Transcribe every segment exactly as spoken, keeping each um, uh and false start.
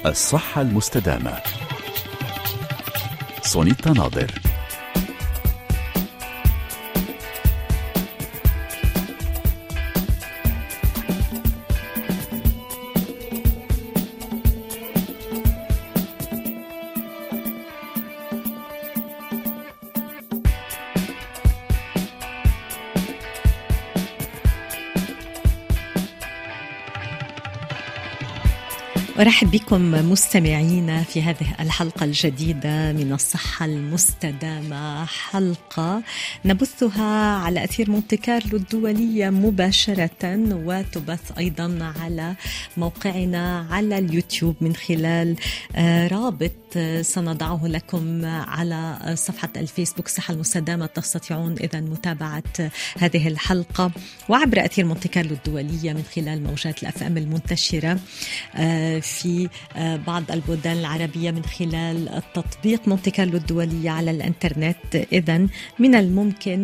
الصحة المستدامة. سونيتا ناظر. أرحب بكم مستمعينا في هذه الحلقة الجديدة من الصحة المستدامة، حلقة نبثها على أثير مونتي كارلو الدولية مباشرة، وتبث أيضا على موقعنا على اليوتيوب من خلال رابط سنضعه لكم على صفحة الفيسبوك صحة المستدامة. تستطيعون إذن متابعة هذه الحلقة وعبر أثير مونتي كارلو الدولية من خلال موجات الأف أم المنتشرة في بعض البلدان العربية من خلال التطبيق مونتي كارلو الدولية على الإنترنت. إذن من الممكن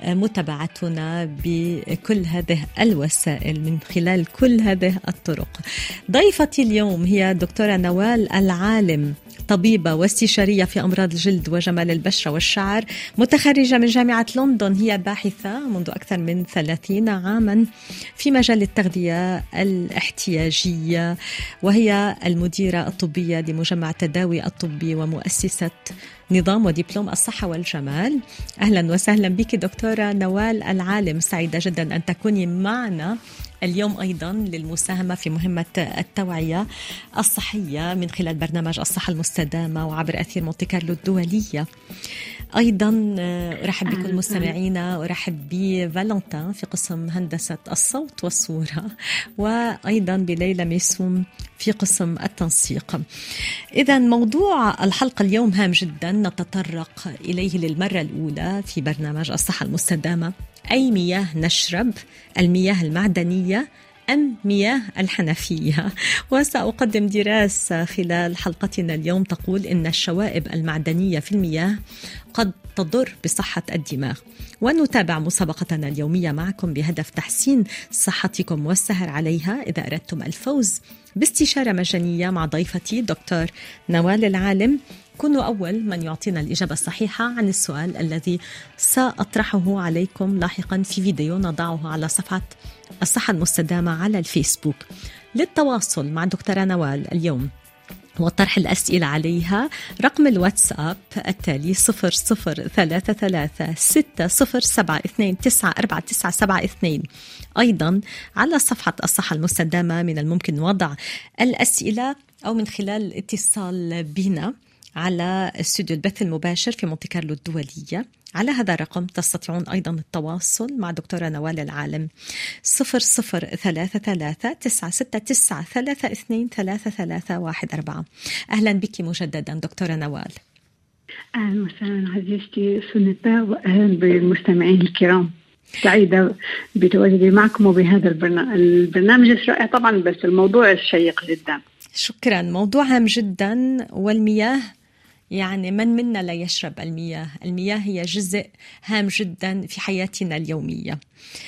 متابعتنا بكل هذه الوسائل من خلال كل هذه الطرق. ضيفتي اليوم هي دكتورة نوال العالم، طبيبة واستشارية في أمراض الجلد وجمال البشرة والشعر، متخرجة من جامعة لندن. هي باحثة منذ أكثر من ثلاثين عاما في مجال التغذية الاحتياجية، وهي المديرة الطبية لمجمع التداوي الطبي ومؤسسة نظام ودبلوم الصحة والجمال. أهلا وسهلا بك دكتورة نوال العالم، سعيدة جدا أن تكوني معنا اليوم أيضا للمساهمة في مهمة التوعية الصحية من خلال برنامج الصحة المستدامة وعبر أثير مونتي كارلو الدولية. أيضا أرحب بكم المستمعين، أرحب بفالنتين في قسم هندسة الصوت والصورة، وأيضا بليلى ميسوم في قسم التنسيق. إذا موضوع الحلقة اليوم هام جدا نتطرق إليه للمرة الأولى في برنامج الصحة المستدامة. أي مياه نشرب؟ المياه المعدنية أم مياه الحنفية؟ وسأقدم دراسة خلال حلقتنا اليوم تقول إن الشوائب المعدنية في المياه قد تضر بصحة الدماغ. ونتابع مسابقتنا اليومية معكم بهدف تحسين صحتكم والسهر عليها. إذا أردتم الفوز باستشارة مجانية مع ضيفتي دكتور نوال العالم، كونوا أول من يعطينا الإجابة الصحيحة عن السؤال الذي سأطرحه عليكم لاحقا في فيديو نضعه على صفحة الصحة المستدامة على الفيسبوك. للتواصل مع دكتورة نوال اليوم وطرح الأسئلة عليها رقم الواتساب التالي صفر صفر ثلاثة ثلاثة ستة صفر سبعة اثنين تسعة أربعة تسعة سبعة اثنين. أيضا على صفحة الصحة المستدامة من الممكن وضع الأسئلة أو من خلال الاتصال بنا على استوديو البث المباشر في مونتي كارلو الدولية. على هذا الرقم تستطيعون أيضا التواصل مع دكتورة نوال العالم صفر صفر ثلاثة ثلاثة تسعة ستة تسعة ثلاثة اثنين ثلاثة ثلاثة واحد أربعة. أهلا بك مجددا دكتورة نوال. أهلا وسهلا عزيزتي سونيتا، وأهلا بالمستمعين الكرام. سعيدة بتواجدي معكم وبهذا البرنامج الرائع طبعا، بس الموضوع شيق جدا. شكرا. موضوع هام جدا، والمياه يعني من منا لا يشرب المياه؟ المياه هي جزء هام جدا في حياتنا اليومية.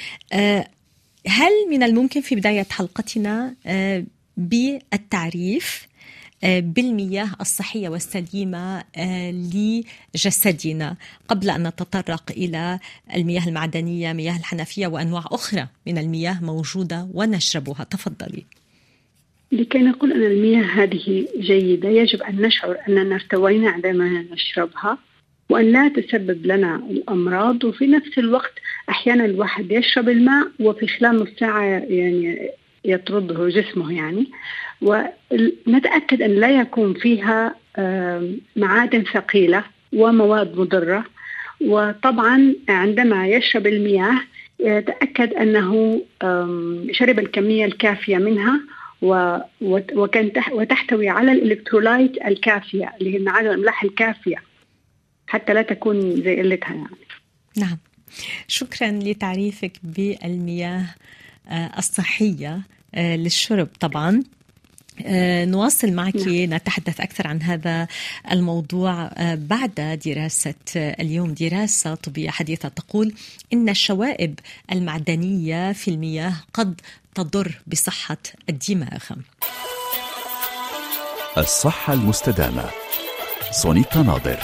هل من الممكن في بداية حلقتنا بالتعريف بالمياه الصحية والسليمة لجسدنا قبل أن نتطرق إلى المياه المعدنية، مياه الحنفية وأنواع أخرى من المياه موجودة ونشربها؟ تفضلي. لكي نقول أن المياه هذه جيدة يجب أن نشعر أننا ارتوينا عندما نشربها، وأن لا تسبب لنا الأمراض. وفي نفس الوقت أحيانا الواحد يشرب الماء وفي خلال نص ساعة يعني يطرده جسمه يعني، ونتأكد أن لا يكون فيها معادن ثقيلة ومواد مضرة. وطبعا عندما يشرب المياه يتأكد أنه شرب الكمية الكافية منها وكان وتحتوي على الإلكترولايت الكافية اللي هي معادن الأملاح الكافية حتى لا تكون زي قلتها يعني. نعم، شكرا لتعريفك بالمياه الصحية للشرب. طبعا نواصل معك نعم. نتحدث أكثر عن هذا الموضوع بعد دراسة اليوم، دراسة طبية حديثة تقول إن الشوائب المعدنية في المياه قد تضر بصحة الدماغ. الصحة المستدامة. سونيتا ناظر.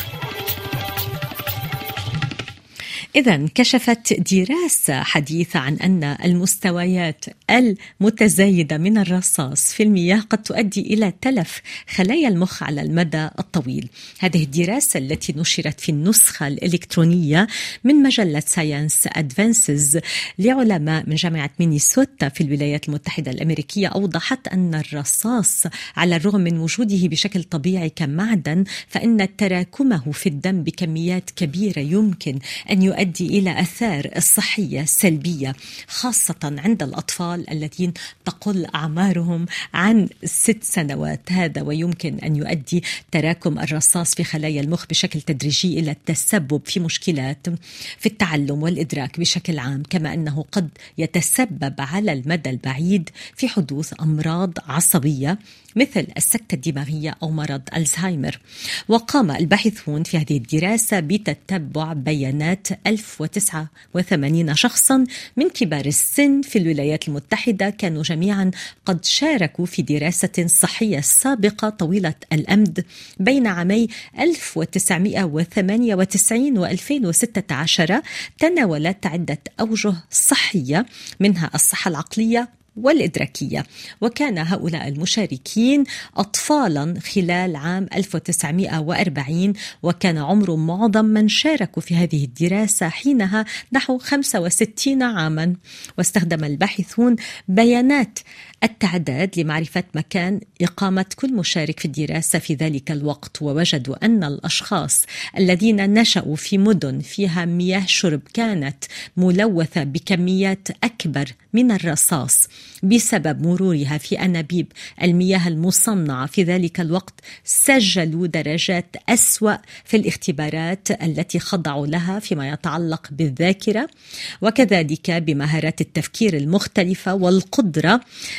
إذن كشفت دراسة حديثة عن أن المستويات المتزايدة من الرصاص في المياه قد تؤدي إلى تلف خلايا المخ على المدى الطويل. هذه الدراسة التي نشرت في النسخة الإلكترونية من مجلة ساينس أدفانسز لعلماء من جامعة مينيسوتا في الولايات المتحدة الأمريكية أوضحت أن الرصاص على الرغم من وجوده بشكل طبيعي كمعدن فإن تراكمه في الدم بكميات كبيرة يمكن أن يؤدي يؤدي إلى آثار الصحية سلبية خاصة عند الأطفال الذين تقل أعمارهم عن ست سنوات. هذا ويمكن أن يؤدي تراكم الرصاص في خلايا المخ بشكل تدريجي إلى التسبب في مشكلات في التعلم والإدراك بشكل عام، كما أنه قد يتسبب على المدى البعيد في حدوث أمراض عصبية مثل السكتة الدماغية أو مرض الزهايمر. وقام الباحثون في هذه الدراسة بتتبع بيانات ألف وتسعة وثمانين شخصا من كبار السن في الولايات المتحدة، كانوا جميعا قد شاركوا في دراسة صحية سابقة طويلة الأمد بين عامي ألف وتسعمائة وثمانية وتسعين وألفين وستة عشر، تناولت عدة أوجه صحية منها الصحة العقلية والإدراكية. وكان هؤلاء المشاركين أطفالا خلال عام ألف وتسعمائة وأربعين، وكان عمر معظم من شاركوا في هذه الدراسة حينها نحو خمسة وستين عاما. واستخدم الباحثون بيانات التعداد لمعرفة مكان إقامة كل مشارك في الدراسة في ذلك الوقت، ووجدوا أن الأشخاص الذين نشأوا في مدن فيها مياه شرب كانت ملوثة بكميات أكبر من الرصاص بسبب مرورها في أنابيب المياه المصنعة في ذلك الوقت سجلوا درجات أسوأ في الاختبارات التي خضعوا لها فيما يتعلق بالذاكرة وكذلك بمهارات التفكير المختلفة والقدرة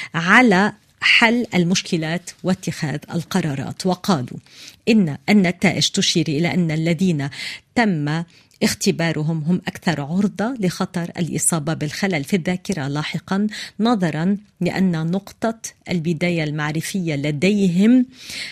على حل المشكلات واتخاذ القرارات. وقالوا إن النتائج تشير إلى أن الذين تم اختبارهم هم أكثر عرضة لخطر الإصابة بالخلل في الذاكرة لاحقا، نظرا لأن نقطة البداية المعرفية لديهم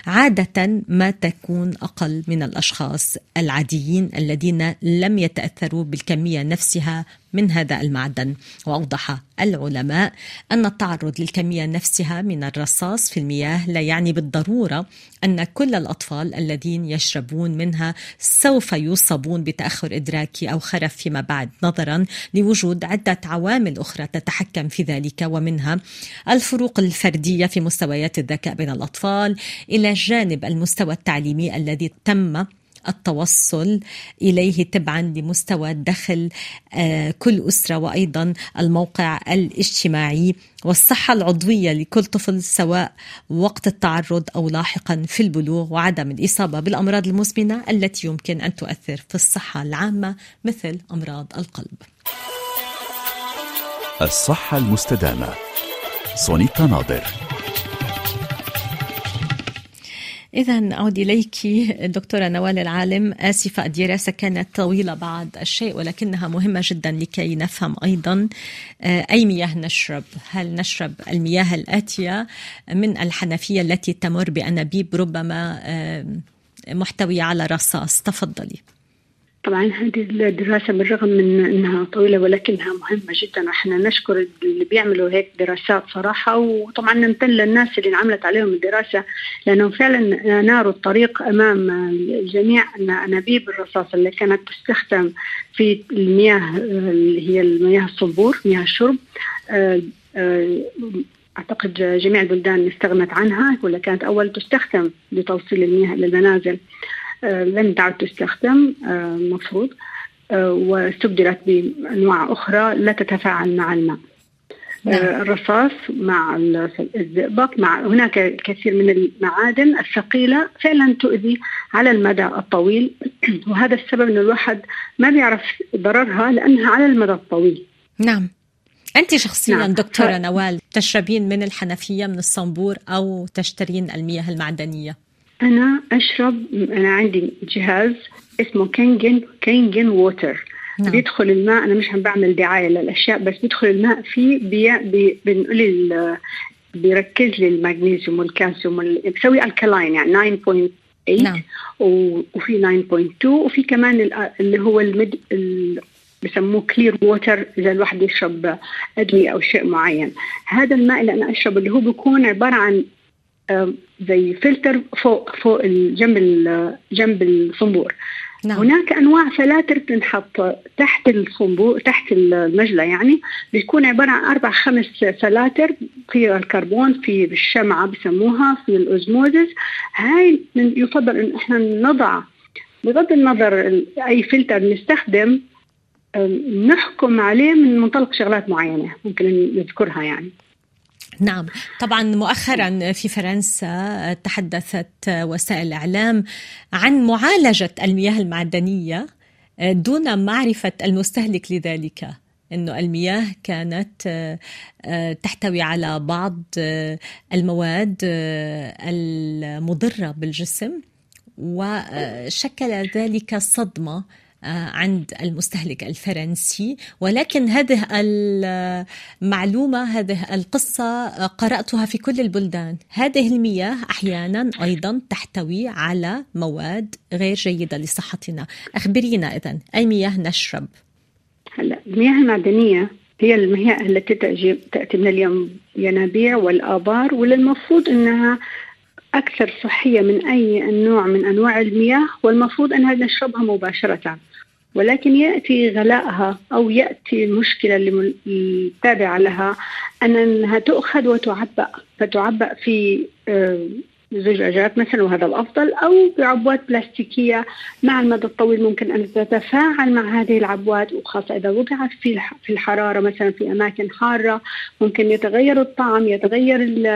عادة ما تكون أقل من الأشخاص العاديين الذين لم يتأثروا بالكمية نفسها من هذا المعدن. وأوضح العلماء أن التعرض للكمية نفسها من الرصاص في المياه لا يعني بالضرورة أن كل الأطفال الذين يشربون منها سوف يصابون بتأخر إدراكي أو خرف فيما بعد، نظرا لوجود عدة عوامل أخرى تتحكم في ذلك، ومنها الفروق الفردية في مستويات الذكاء بين الأطفال إلى جانب المستوى التعليمي الذي تم التوصل إليه تبعا لمستوى دخل كل أسرة، وأيضا الموقع الاجتماعي والصحة العضوية لكل طفل سواء وقت التعرض أو لاحقا في البلوغ، وعدم الإصابة بالأمراض المزمنة التي يمكن أن تؤثر في الصحة العامة مثل أمراض القلب. الصحة المستدامة. سونيتا ناظر. إذن أعود إليك دكتورة نوال العالم. آسفة، الدراسة كانت طويلة بعض الشيء ولكنها مهمة جدا لكي نفهم أيضا أي مياه نشرب. هل نشرب المياه الآتية من الحنفية التي تمر بأنابيب ربما محتوية على رصاص؟ تفضلي. طبعا هذه الدراسة بالرغم من أنها طويلة ولكنها مهمة جدا، وإحنا نشكر اللي بيعملوا هيك دراسات صراحة، وطبعا نمتن للناس اللي انعملت عليهم الدراسة لأنهم فعلا ناروا الطريق أمام الجميع أن أنابيب الرصاص اللي كانت تستخدم في المياه اللي هي المياه الصنبور مياه الشرب أعتقد جميع البلدان استغنت عنها، ولا كانت أول تستخدم لتوصيل المياه للمنازل لم تعد تستخدم مفروض، واستبدلت بأنواع أخرى لا تتفاعل مع الماء. الرصاص مع الزئبق، مع هناك كثير من المعادن الثقيلة فعلا تؤذي على المدى الطويل، وهذا السبب أن الواحد ما بيعرف ضررها لأنها على المدى الطويل. نعم. أنت شخصيا نعم. دكتورة ف... نوال تشربين من الحنفية من الصنبور أو تشترين المياه المعدنية؟ أنا أشرب، أنا عندي جهاز اسمه كينجن كينجن ووتر. نعم. بيدخل الماء، أنا مش عم بعمل دعاية للأشياء، بس بيدخل الماء فيه بي بي بنقول بيركز لي المغنيسيوم والكالسيوم وال... بيسوي الكلاين يعني تسعة فاصلة ثمانية. نعم. وفي تسعة فاصلة اثنين وفي كمان اللي هو المد ال... بسموه كلير ووتر إذا الواحد يشرب أدوية أو شيء معين. هذا الماء اللي أنا أشربه اللي هو بيكون عبارة عن زي فلتر فوق فوق جنب جنب الصنبور. نعم. هناك أنواع فلاتر بتنحط تحت الصنبور تحت المجلة، يعني بيكون عبارة عن أربع خمس فلاتر في الكربون في الشمعة بسموها في الأوزموزس. هاي يفضل إن إحنا نضع بغض النظر أي فلتر نستخدم نحكم عليه من منطلق شغلات معينة ممكن نذكرها يعني. نعم، طبعا مؤخرا في فرنسا تحدثت وسائل الإعلام عن معالجة المياه المعدنية دون معرفة المستهلك لذلك، أنه المياه كانت تحتوي على بعض المواد المضرة بالجسم، وشكل ذلك صدمة عند المستهلك الفرنسي. ولكن هذه المعلومة هذه القصة قرأتها في كل البلدان. هذه المياه أحيانا أيضا تحتوي على مواد غير جيدة لصحتنا. أخبرينا إذن أي مياه نشرب؟ هلا المياه المعدنية هي المياه التي تأتي من الينابيع والآبار، والمفروض أنها أكثر صحية من أي نوع من أنواع المياه، والمفروض أنها نشربها مباشرة. ولكن يأتي غلائها أو يأتي المشكلة اللي التابعة لها أنها تؤخذ وتعبأ، فتعبأ في زجاجات مثلا وهذا الأفضل، أو بعبوات بلاستيكية مع المدى الطويل ممكن أن تتفاعل مع هذه العبوات، وخاصة إذا وضعت في في الحرارة مثلا في أماكن حارة ممكن يتغير الطعم، يتغير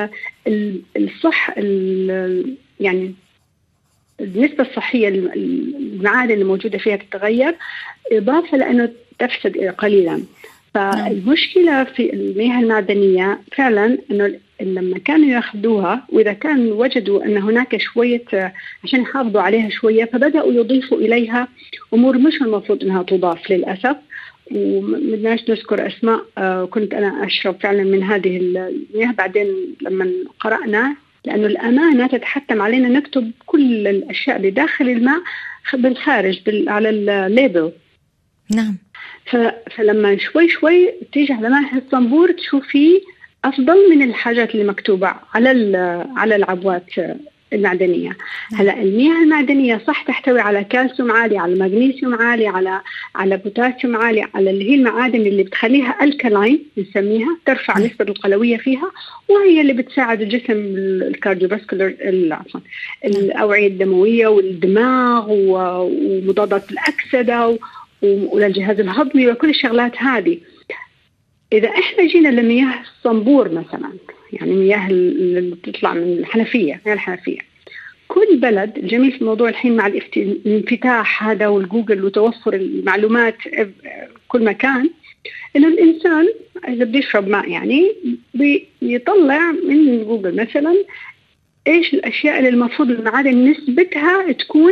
الصح يعني النسبة الصحية المعادن الموجودة فيها تتغير، إضافة لأنه تفسد قليلا. فالمشكلة في المياه المعدنية فعلا أنه لما كانوا يأخذوها وإذا كان وجدوا أن هناك شوية عشان يحافظوا عليها شوية، فبدأوا يضيفوا إليها أمور مش المفروض أنها تضاف للأسف. ومدناش نذكر أسماء. كنت أنا أشرب فعلا من هذه المياه، بعدين لما قرأنا لأنه الأمانة تتحتم علينا نكتب كل الأشياء اللي داخل الماء بالخارج على الليبل. نعم. فلما شوي شوي تيجي على ماء الصنبور تشوفي أفضل من الحاجات اللي مكتوبة على على العبوات المعدنية. هلا المياه المعدنية صح تحتوي على كالسيوم عالي، على مغنيسيوم عالي، على على بوتاسيوم عالي، على اللي هي المعادن اللي بتخليها الكلاين نسميها، ترفع نسبة القلوية فيها، وهي اللي بتساعد الجسم الكارديوفاسكولار عفوا الأوعية الدموية والدماغ ومضادات الأكسدة وللجهاز الهضمي وكل الشغلات هذه. إذا إحنا جينا لمياه الصنبور مثلا، يعني مياه اللي بتطلع من الحنفية، من الحنفية، كل بلد الجميل في الموضوع الحين مع الانفتاح هذا والجوجل وتوفر المعلومات كل مكان، إنه الإنسان إذا بده يشرب ماء يعني بيطلع من جوجل مثلا إيش الأشياء اللي المفروض المعادن نسبتها تكون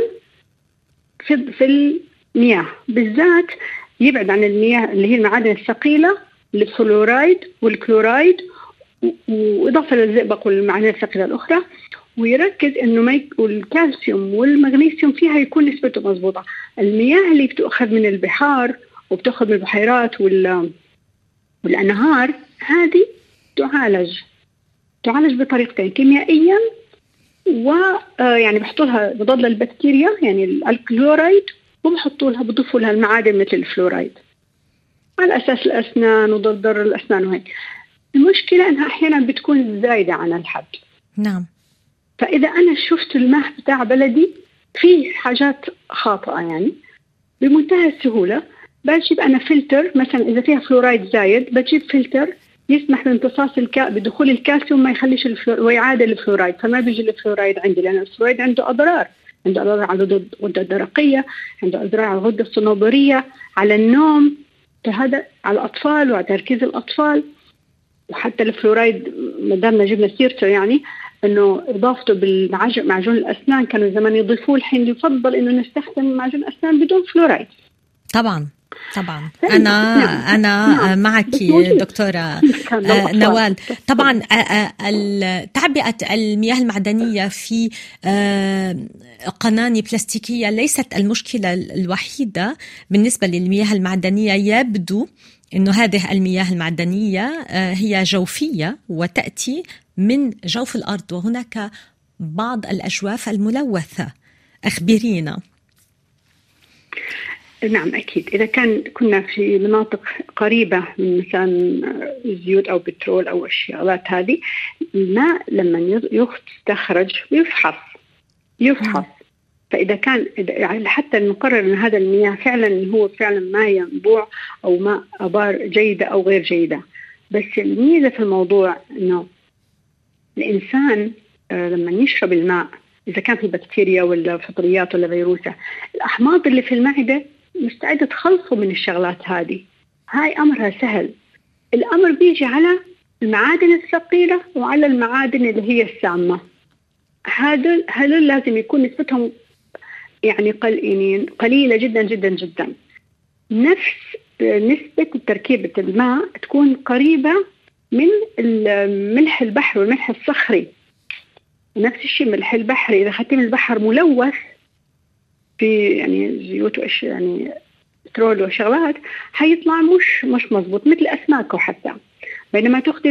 في في المياه، بالذات يبعد عن المياه اللي هي المعادن الثقيلة، الفلورايد والكلورايد، وإضافة للزئبق والمعادن الثقيلة الأخرى، ويركز إنه ما يكون الكالسيوم والمغنيسيوم فيها يكون نسبته مضبوطة. المياه اللي بتأخذ من البحار وبتأخذ من البحيرات وال والأنهار هذه تعالج تعالج بطريقتين، كيميائيا ويعني بحطوا لها مضاد للبكتيريا يعني الكلورايد، وبحطوا لها بضيفوا لها المعادن مثل الفلورايد على أساس الأسنان وضد الأسنان وهيك. المشكلة أنها أحيانا بتكون زايدة عن الحد. نعم. فإذا أنا شفت الماء بتاع بلدي فيه حاجات خاطئة يعني بمنتهى السهولة بجيب أنا فلتر، مثلا إذا فيها فلورايد زايد بجيب فلتر يسمح بامتصاص الكا... بدخول الكالسيوم ما يخليش الفلور... ويعادل الفلورايد، فما بيجي الفلورايد عندي، لأن الفلورايد عنده أضرار، عنده أضرار على الغدة الدرقية، عنده أضرار على الغدة الصنوبرية، على النوم، هذا على الأطفال وعلى تركيز الأطفال. وحتى الفلورايد مدامنا جبنا سيرته يعني إنه إضافته بالمعجون الأسنان كانوا زمان يضيفوه، الحين يفضل إنه نستخدم معجون أسنان بدون فلورايد طبعا. طبعا أنا نعم. أنا نعم. معك دكتورة نوال. طبعا تعبئة المياه المعدنية في قناني بلاستيكية ليست المشكلة الوحيدة بالنسبة للمياه المعدنية. يبدو إنه هذه المياه المعدنية هي جوفية وتأتي من جوف الأرض، وهناك بعض الأجواف الملوثة. أخبرينا. نعم أكيد، إذا كان كنا في مناطق قريبة من مثلا زيوت أو بترول أو الشغلات هذه، الماء لما يستخرج ويفحص يفحص فإذا كان يعني حتى نقرر أن هذا المياه فعلا هو فعلا ماء ينبوع أو ماء آبار جيدة أو غير جيدة. بس الميزة في الموضوع أنه الإنسان لما يشرب الماء، إذا كان في بكتيريا ولا فطريات ولا فيروسة، الأحماض اللي في المعدة مستعدة تخلصه من الشغلات هذه. هاي أمرها سهل. الأمر بيجي على المعادن الثقيلة وعلى المعادن اللي هي السامة. هذول هذول لازم يكون نسبتهم يعني قليلين قليلة جدا جدا جدا. نفس نسبة تركيبة الماء تكون قريبة من ملح البحر والملح الصخري. نفس الشيء ملح البحر، إذا خدتي من البحر ملوث في يعني زيوت وإيش يعني بترول وشغلات، هيطلع مش مش مزبوط مثل أسماك وحتى. بينما تأخذي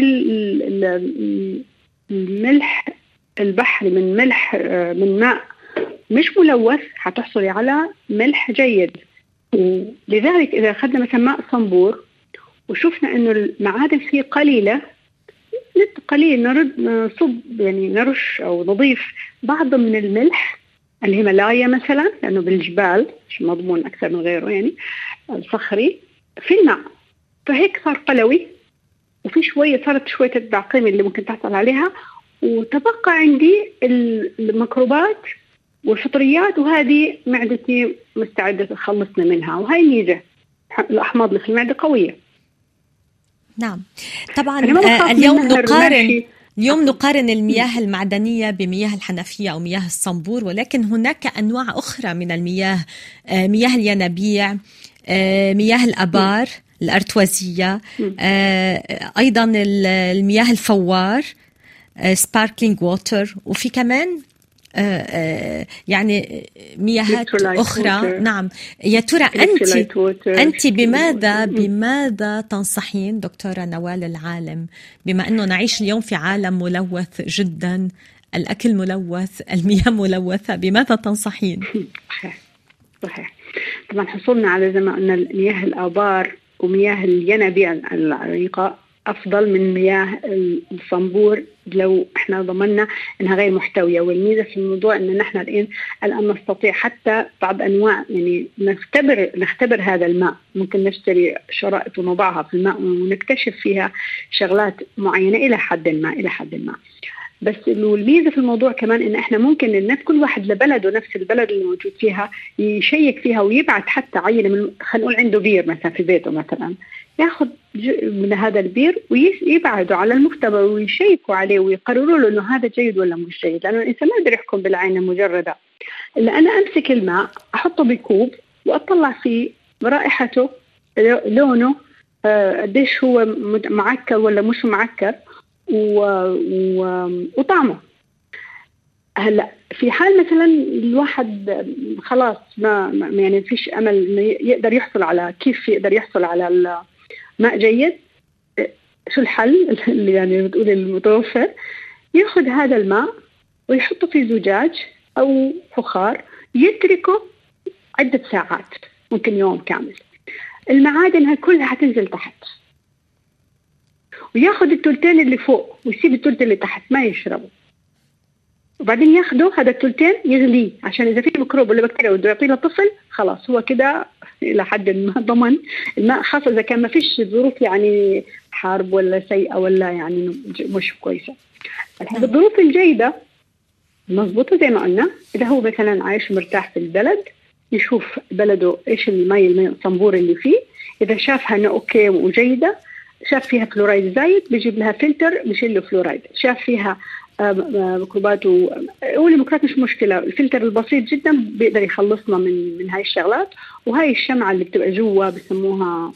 الملح البحر من ملح من ماء مش ملوث، هتحصلي على ملح جيد. لذلك إذا أخذنا مثلا ماء صنبور وشفنا إنه المعادن فيه قليلة، قليل نرد نصب يعني نرش أو نضيف بعض من الملح الهيمالايا مثلا، لأنه بالجبال مش مضمون أكثر من غيره يعني الصخري في الماء، فهيك صار قلوي وفي شوية صارت شوية التعقيم اللي ممكن تحصل عليها، وتبقى عندي الميكروبات والفطريات، وهذه معدتي مستعدة تخلصنا منها. وهي ميزة، الأحماض اللي في المعدة قوية. نعم طبعا. اليوم نقارن اليوم نقارن المياه المعدنية بمياه الحنفية أو مياه الصنبور، ولكن هناك أنواع أخرى من المياه، مياه الينابيع، مياه الأبار الأرتوازية، أيضا المياه الفوار سباركلينج ووتر، وفي كمان يعني مياهات أخرى. نعم يا ترى أنت أنت بماذا بماذا تنصحين دكتورة نوال العالم، بما أنه نعيش اليوم في عالم ملوث جدا، الأكل ملوث، المياه ملوثة، بماذا تنصحين؟ صحيح. طبعا حصلنا على زي ما قلنا مياه الآبار ومياه الينابيع العريقة أفضل من مياه الصنبور لو إحنا ضمننا إنها غير محتوية. والميزة في الموضوع إن نحن الآن الآن نستطيع حتى بعض أنواع يعني نختبر نختبر هذا الماء، ممكن نشتري شرائط ونضعها في الماء ونكتشف فيها شغلات معينة إلى حد ما إلى حد ما. بس الميزة في الموضوع كمان إن إحنا ممكن الناس كل واحد لبلده، نفس البلد اللي موجود فيها يشيك فيها ويبعت حتى عينة من، خلينا نقول عنده بير مثلا في بيته مثلا، ياخذ من هذا البير ويبعده على المختبر ويشيكوا عليه ويقرروا له إنه هذا جيد ولا مش جيد، لأنه الإنسان ما يقدر يحكم بالعين المجردة. إلا أنا أمسك الماء أحطه بكوب وأطلع فيه رائحته، لونه، قديش هو معكر ولا مش معكر، و... و... وطعمه. هلا في حال مثلا الواحد خلاص ما يعني فيش امل انه يقدر يحصل على، كيف يقدر يحصل على الماء جيد؟ شو الحل اللي يعني بتقول المتوفر؟ ياخذ هذا الماء ويحطه في زجاج او فخار، يتركه عدة ساعات، ممكن يوم كامل. المعادن كلها حتنزل تحت، وياخذ التلتين اللي فوق ويسيب التلت اللي تحت ما يشربه، وبعدين ياخده هذا التلتين يغليه، عشان إذا في ميكروب ولا بكتيريا وده يعطيه للطفل خلاص هو كده إلى حد ما ضمن الماء، خاصة إذا كان ما فيش ظروف يعني حرب ولا سيئة ولا يعني مش كويسة. الظروف الجيدة مضبوطة زي ما قلنا، إذا هو مثلا عايش مرتاح في البلد يشوف بلده إيش الماء الماء الصنبور اللي فيه، إذا شافها إنه أوكي وجيدة شاف فيها فلورايد زايد بيجيب لها فلتر بيشيل له فلورايد. شاف فيها ميكروبات والميكروبات مش مشكلة، الفلتر البسيط جدا بيقدر يخلصنا من من هاي الشغلات. وهاي الشمعة اللي بتبقى جوا بسموها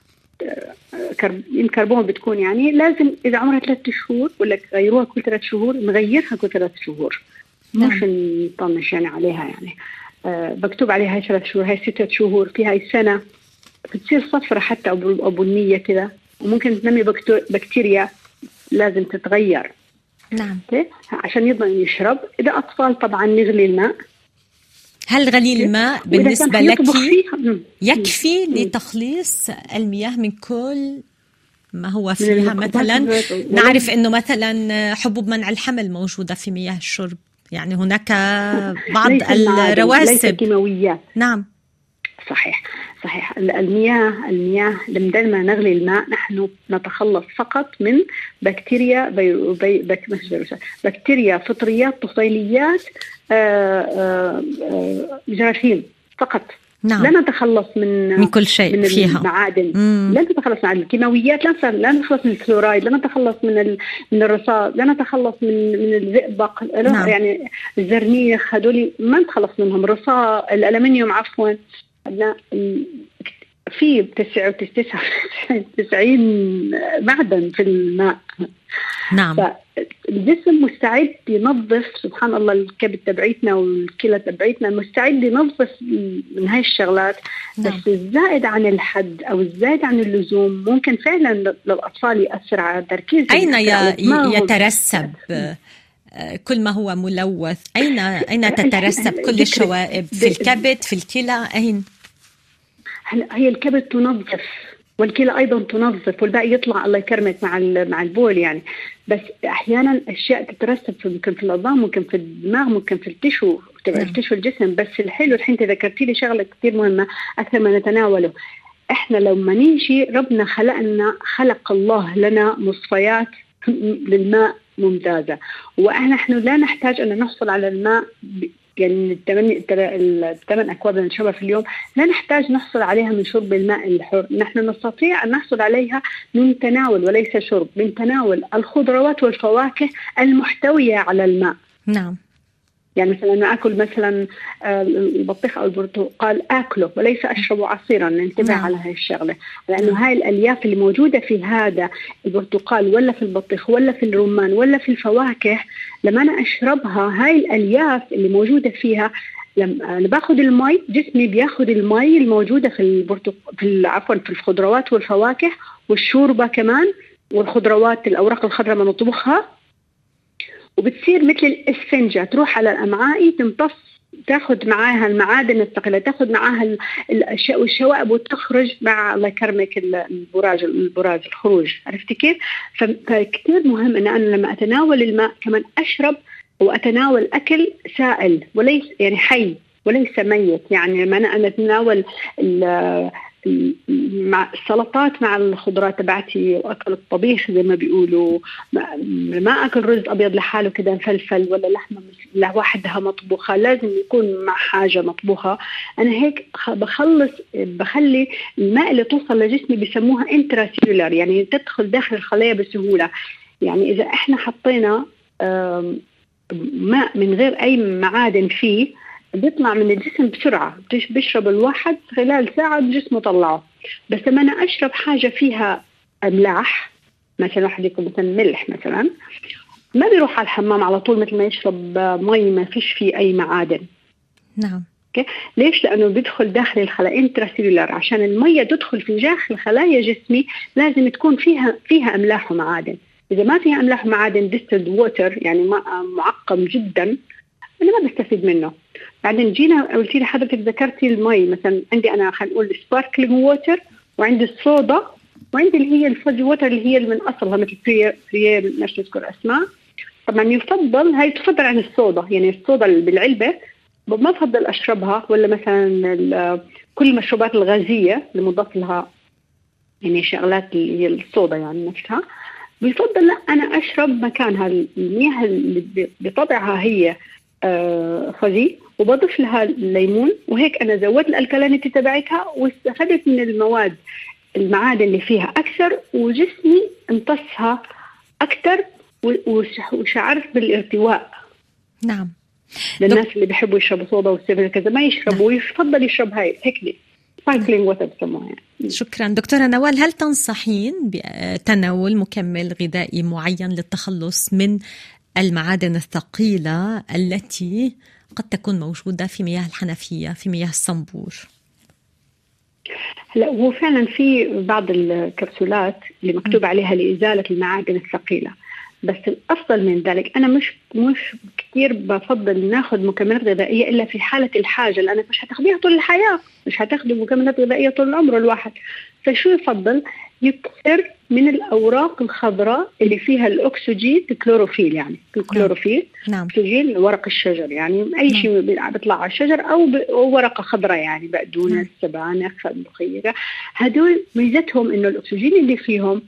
كربون بتكون، يعني لازم إذا عمرها ثلاثة شهور ولا غيروها كل ثلاث شهور نغيرها كل ثلاث شهور، مش نطنش يعني عليها. يعني آه مكتوب عليها هاي ثلاث شهور، هاي ستة شهور، في هاي سنة بتصير صفرة حتى أو بنية كده، وممكن تنمي بكتيريا لازم تتغير. نعم. عشان يضمن يشرب. إذا أطفال طبعا نغلي الماء. هل غلي الماء بالنسبة لك يكفي لتخليص المياه من كل ما هو فيها؟ مثلا نعرف أنه مثلا حبوب منع الحمل موجودة في مياه الشرب، يعني هناك بعض الرواسب كيماويات. نعم صحيح صحيح. المياه المياه لما نغلي الماء نحن نتخلص فقط من بكتيريا بي بي بك بكتيريا فطريات طفيليات جراثيم فقط. نعم. لا نتخلص من من كل شيء من فيها المعادن. لا نتخلص من الكيماويات، لا لا نتخلص من الفلورايد، لا نتخلص من ال... من الرصاص، لا نتخلص من من الزئبق. نعم. يعني الزرنيخ هذول ما نتخلص منهم. الرصاص الألمنيوم عفوا في تسعة وتسعين معدن في الماء. نعم. فالجسم مستعد ينظف، سبحان الله، الكبد تبعيتنا والكلى تبعيتنا مستعد ينظف من هاي الشغلات. نعم. بس الزائد عن الحد أو الزائد عن اللزوم ممكن فعلا للأطفال يأثر على تركيز. أين يترسب كل ما هو ملوث؟ أين أين تترسب كل الشوائب؟ في الكبد، في الكلى، أين؟ هي الكبد تنظف والكلى أيضا تنظف والباقي يطلع الله يكرمك مع مع البول يعني. بس أحيانا أشياء تترسب ممكن في العظام، ممكن في الدماغ، ممكن في التشو تبع التشو الجسم. بس الحلو الحين أنت ذكرتي لي شغلة كثير مهمة أكثر ما نتناوله. إحنا لو ما نيجي ربنا خلقنا خلق الله لنا مصفيات للماء ممتازة، وإحنا نحن لا نحتاج أن نحصل على الماء يعني الثمان الثمان أكواب اللي نشربها في اليوم لا نحتاج نحصل عليها من شرب الماء الحر. نحن نستطيع أن نحصل عليها من تناول وليس شرب، من تناول الخضروات والفواكه المحتوية على الماء. نعم. يعني مثلا أنا أكل مثلا البطيخ أو البرتقال أكله وليس أشربه عصيرا. ننتبه. نعم. على هاي الشغلة، لأنه هاي الألياف اللي موجودة في هذا البرتقال ولا في البطيخ ولا في الرمان ولا في الفواكه لما أنا أشربها، هاي الألياف اللي موجودة فيها لما أنا باخد المي جسمي بياخد المي الموجودة في البرتقال في عفوا في الخضروات والفواكه والشوربة كمان والخضروات الأوراق الخضراء ما نطبخها، وبتصير مثل الإسفنجة تروح على الأمعاء تمتص، تاخذ معاها المعادن الثقيلة، تاخذ معاها الأشياء والشوائب وتخرج مع الله يكرمك البراج البراج الخروج. عرفتي كيف؟ فكتير مهم أن أنا لما أتناول الماء كمان أشرب وأتناول أكل سائل وليس يعني حي وليس ميت. يعني لما أنا أتناول مع السلطات مع الخضروات تبعتي واكل الطبيخ زي ما بيقولوا، ما اكل رز ابيض لحاله كده مفلفل ولا لحمه لوحدها مطبوخه، لازم يكون مع حاجه مطبوخه. انا هيك بخلص بخلي الماء اللي توصل لجسمي بيسموها انتراسيلولار، يعني تدخل داخل الخلايا بسهوله. يعني اذا احنا حطينا ماء من غير اي معادن فيه بيطلع من الجسم بسرعة، بيشرب الواحد خلال ساعة الجسم طلعه. بس لما أنا أشرب حاجة فيها أملاح مثلا، واحد يكون مثلا ملح مثلا، ما بيروح على الحمام على طول مثل ما يشرب مي ما فيش فيه أي معادن. نعم. ليش؟ لأنه بيدخل داخل الخلايا انتراسيلولار. عشان المية تدخل في داخل خلايا جسمي لازم تكون فيها فيها أملاح ومعادن. إذا ما فيها أملاح ومعادن distilled water يعني ماء معقم جدا أنا ما بستفيد منه. بعدين جينا قلتي لي حضرتك ذكرتي المي مثلا، عندي أنا خلينا نقول سباركلينج ووتر وعندي الصودا وعندي اللي هي الفوجي ووتر اللي هي من أصلها مثل بريير مش نذكر أسماء. طبعا يفضل هاي تفضل عن الصودا، يعني الصودا بالعلبة ما بفضل أشربها، ولا مثلا كل المشروبات الغازية اللي مضاف لها يعني شغلات اللي هي الصودا يعني نفسها بيفضل لا أنا أشرب مكانها المياه اللي بطبعها هي آه فوجي وبضيف لها الليمون، وهيك أنا زودت الألكالينيتي تبعتها واستفدت من المواد المعادن اللي فيها أكثر، وجسمي امتصها أكثر وشعرت بالارتواء. نعم. للناس اللي بيحبوا يشربوا صودا والسيفن كذا ما يشربوا، ويفضل يشرب هاي هيك لي سباركلينج ووتر بسموها يعني. شكرا دكتورة نوال. هل تنصحين بتناول مكمل غذائي معين للتخلص من المعادن الثقيلة التي قد تكون موجودة في مياه الحنفية، في مياه الصنبور؟ هلا هو فعلا في بعض الكبسولات اللي مكتوب عليها لإزالة المعادن الثقيلة، بس الأفضل من ذلك أنا مش مش كتير بفضل ناخذ مكملات غذائية إلا في حالة الحاجة، لأنك مش هتاخديها طول الحياة، مش هتاخدي مكملات غذائية طول العمر الواحد. فشو يفضل؟ يكثر من الأوراق الخضراء اللي فيها الأكسجين، الكلوروفيل يعني الكلوروفيل. نعم. أكسجين ورق الشجر يعني أي نعم. شيء بيطلع على الشجر أو ورقة خضراء يعني بقدونس، سبانخ، ملوخية. هدول ميزتهم إنه الأكسجين اللي فيهم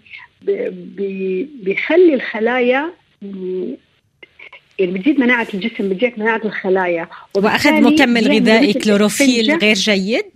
بيخلي الخلايا يعني بتزيد مناعة الجسم، بتزيد مناعة الخلايا. وأخذ مكمل غذائي كلوروفيل غير جيد؟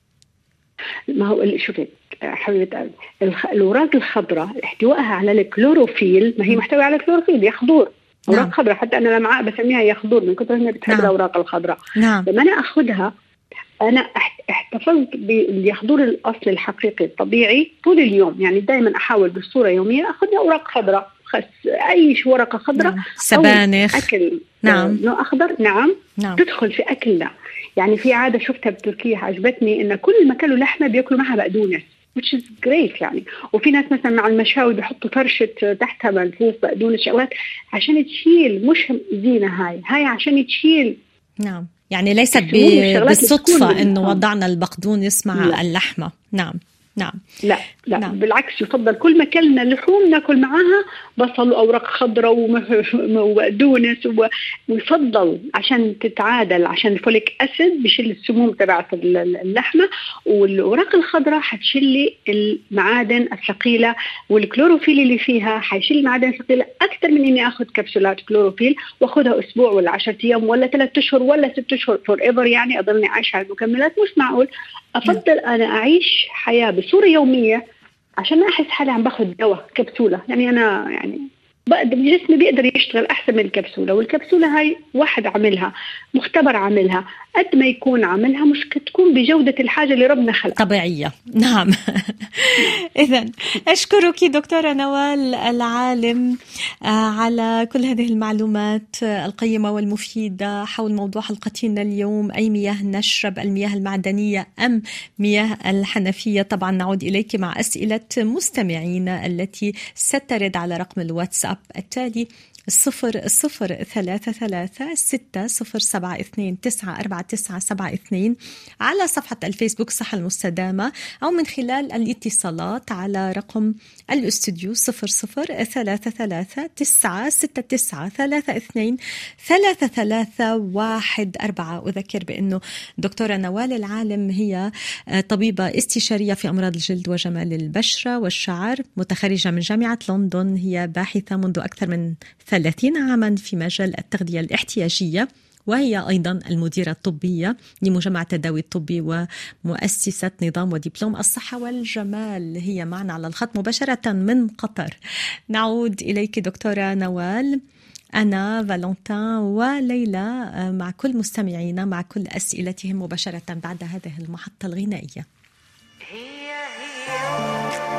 ما هو شوفي حبيبة الأوراق الخضراء احتوائها على الكلوروفيل، ما هي محتوى على الكلوروفيل يا خضور، أوراق نعم. خضراء، حتى أنا لمعاء بسميها يا خضور من كثر إنها بتحب نعم. الأوراق الخضراء. نعم. لما أنا أخذها أنا احتفظت باليخضور الأصل الحقيقي الطبيعي طول اليوم، يعني دائما أحاول بالصورة يومية أخذ أوراق خضراء، خس أي ورقة خضراء نعم. سبانخ أكل نعم نوع أخضر نعم. نعم تدخل في أكلنا. يعني في عادة شفتها بتركيا عجبتني إن كل ما كلوا لحمة بيأكلوا معها بقدونس which is great يعني. وفي ناس مثلا مع المشاوي بيحطوا فرشة تحتها ملفوف بقدونس شغلات عشان تشيل، مش زينة هاي هاي عشان تشيل. نعم يعني ليست بالصدفة إنه وضعنا البقدونس مع لا. اللحمة. نعم نعم لا لا نعم. بالعكس يفضل كل ما كلنا اللحوم ناكل معاها بصل وأوراق خضراء وبقدونس، ويفضل عشان تتعادل، عشان الفوليك أسيد بيشيل السموم تبعت اللحمة، والأوراق الخضراء حتشيل المعادن الثقيلة، والكلوروفيل اللي فيها حيشيل المعادن الثقيلة أكثر من إني أخذ كبسولات كلوروفيل وأخذها أسبوع ولا عشرة أيام ولا ثلاثة أشهر ولا ست أشهر فور إيفر يعني أضلني عايشة على المكملات. مش معقول. أفضل أنا أعيش حياة بصورة يومية عشان ما أحس حالي عم باخذ دواء كبسولة. يعني أنا يعني جسمي بيقدر يشتغل أحسن من الكبسولة، والكبسولة هاي واحد عملها مختبر عملها، قد ما يكون عملها مش تكون بجودة الحاجة اللي ربنا خلقها طبيعية. نعم. إذن أشكرك دكتورة نوال العالم على كل هذه المعلومات القيمة والمفيدة حول موضوع حلقتنا اليوم، أي مياه نشرب، المياه المعدنية أم مياه الحنفية؟ طبعا نعود إليك مع أسئلة مستمعينا التي سترد على رقم الواتساب التالي صفر صفر ثلاثة ثلاثة ستة صفر سبعة اثنين تسعة أربعة تسعة سبعة اثنين على صفحة الفيسبوك صحة المستدامة، أو من خلال الاتصالات على رقم الاستوديو صفر صفر ثلاثة ثلاثة تسعة ستة تسعة ثلاثة اثنين ثلاثة ثلاثة واحد أربعة. أذكر بأنه دكتورة نوال العالم هي طبيبة استشارية في أمراض الجلد وجمال البشرة والشعر، متخرجة من جامعة لندن، هي باحثة منذ أكثر من ثلاثين عاما في مجال التغذية الاحتياجية، وهي أيضا المديرة الطبية لمجمع التداوي الطبي ومؤسسة نظام ودبلوم الصحة والجمال. هي معنا على الخط مباشرة من قطر. نعود إليك دكتورة نوال، أنا فالنتين وليلى مع كل مستمعينا مع كل أسئلتهم مباشرة بعد هذه المحطة الغنائية. هي هي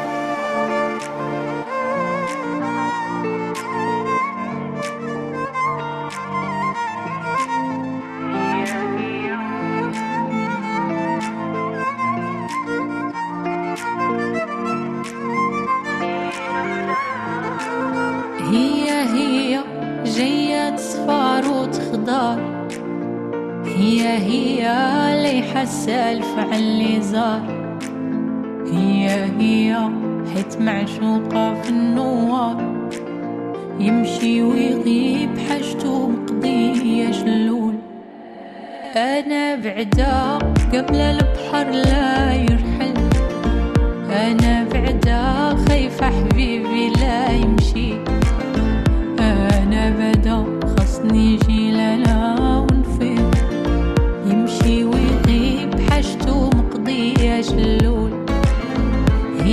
هي هي جاية صفار وتخضار، هي هي لي حاسة الفعل اللي زار، هي هي حيت معشوقة في النوار، يمشي ويغيب حاجته مقضية شلول. أنا بعدا قبل البحر لا يرحل، أنا بعدا خايفة حبيبي لا يمشي، أنا بدا خصني يجي لنا ونفيد، يمشي ويغيب حاجته مقضية شلول.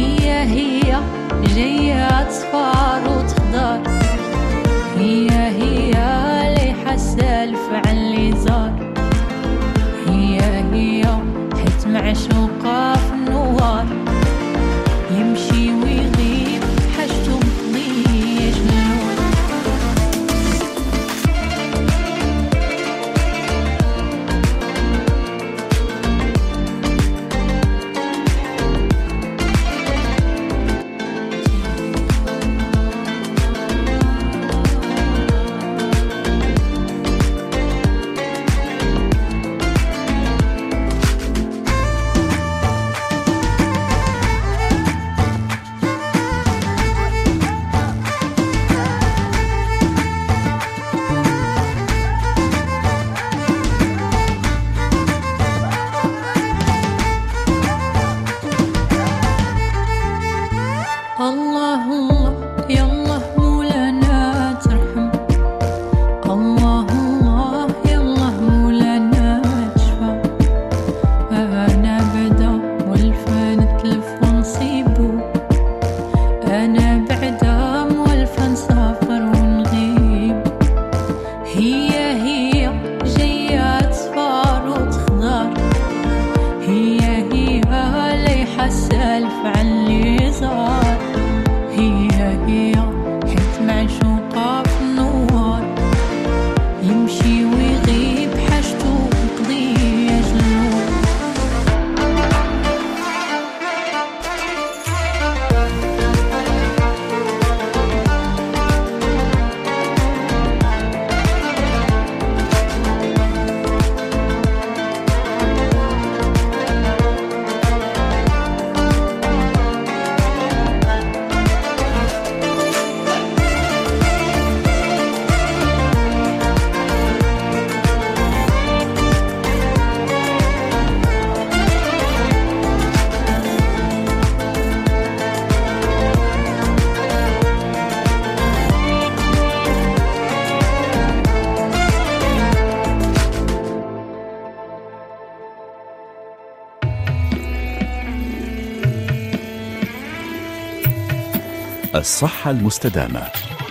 الصحة المستدامة.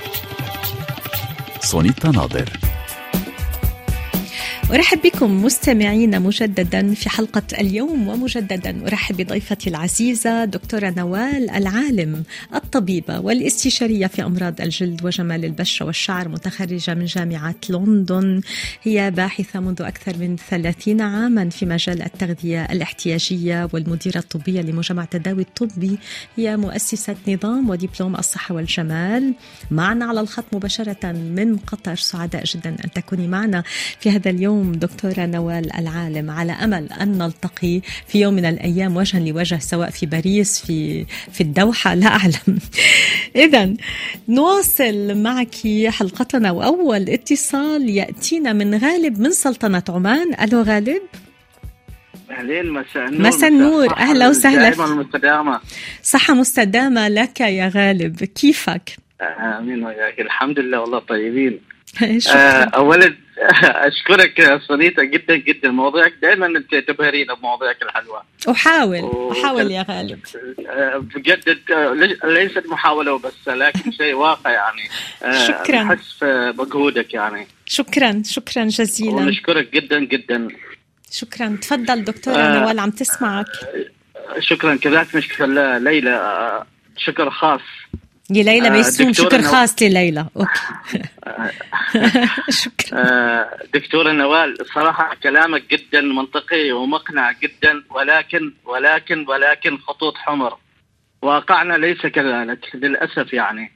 سونيتا ناظر. أرحب بكم مستمعين مجددا في حلقة اليوم، ومجددا أرحب بضيفتي العزيزة دكتورة نوال العالم، الطبيبة والاستشارية في أمراض الجلد وجمال البشرة والشعر، متخرجة من جامعة لندن. هي باحثة منذ أكثر من ثلاثين عاما في مجال التغذية الاحتياجية، والمديرة الطبية لمجمع التداوي الطبي. هي مؤسسة نظام ودبلوم الصحة والجمال. معنا على الخط مباشرة من قطر. سعداء جدا أن تكوني معنا في هذا اليوم دكتورة نوال العالم، على أمل أن نلتقي في يوم من الأيام وجها لوجه، سواء في باريس في في الدوحة، لا أعلم. إذن نواصل معك حلقتنا، وأول اتصال يأتينا من غالب من سلطنة عمان. ألو غالب. أهلين، مساء النور. مساء النور، أهلا وسهلا. دائما مستدامة. صحة مستدامة لك يا غالب، كيفك؟ آمين وياك. الحمد لله والله طيبين. شكرا. أولا أشكرك صديقة جدا جدا، مواضيعك دائما أنت تبهرين بمواضيعك الحلوة. أحاول و... أحاول يا غالب. بجد ليست محاولة وبس، لكن شيء واقع يعني. شكرا. أحس بمجهودك يعني. شكرا شكرا جزيلا. ونشكرك جدا جدا. شكرا. تفضل دكتورة آه نوال، عم تسمعك. شكرا. كذلك نشكر ليلى، شكر خاص لليلى بيسوم. شكر نو... خاص لليلى. أوكي. شكرا. دكتورة نوال، صراحة كلامك جدا منطقي ومقنع جدا، ولكن ولكن ولكن خطوط حمر. واقعنا ليس كذلك للأسف يعني.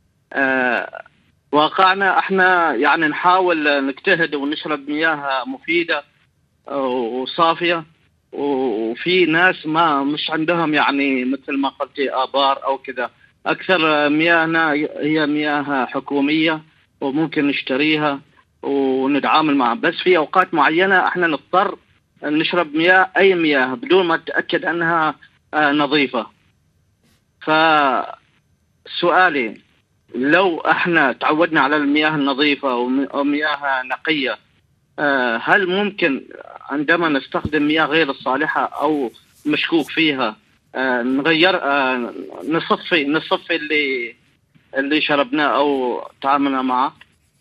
واقعنا احنا يعني نحاول نجتهد ونشرب مياه مفيدة وصافية، وفي ناس ما مش عندهم يعني مثل ما قلتي آبار أو كذا. أكثر مياهنا هي مياه حكومية وممكن نشتريها ونتعامل معها، بس في أوقات معينة احنا نضطر نشرب مياه، أي مياه، بدون ما نتأكد أنها نظيفة. فسؤالي، لو احنا تعودنا على المياه النظيفة ومياه نقية، هل ممكن عندما نستخدم مياه غير الصالحة أو مشكوك فيها نغير، نصفي نصفي اللي اللي شربناه أو تعاملنا معه؟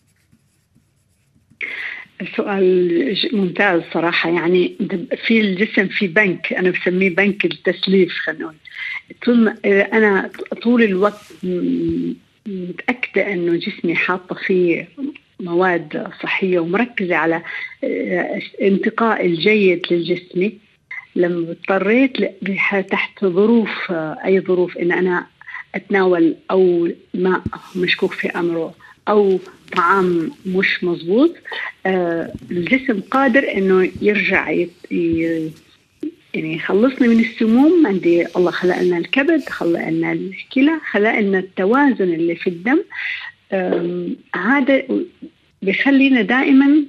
السؤال ممتاز صراحة. يعني في الجسم في بنك، أنا بسميه بنك التسليف. خلونا طول ما أنا طول الوقت متأكدة إنه جسمي حاطة فيه مواد صحية ومركزة على انتقاء الجيد للجسم، لما اضطريت تحت ظروف، أي ظروف، إن أنا أتناول أو ماء مشكوك في أمره أو طعام مش مظبوط، الجسم قادر إنه يرجع يعني يخلصني من السموم. عندي الله خلق لنا الكبد، خلق لنا الكلى، خلق لنا التوازن اللي في الدم. هذا بيخلينا دائما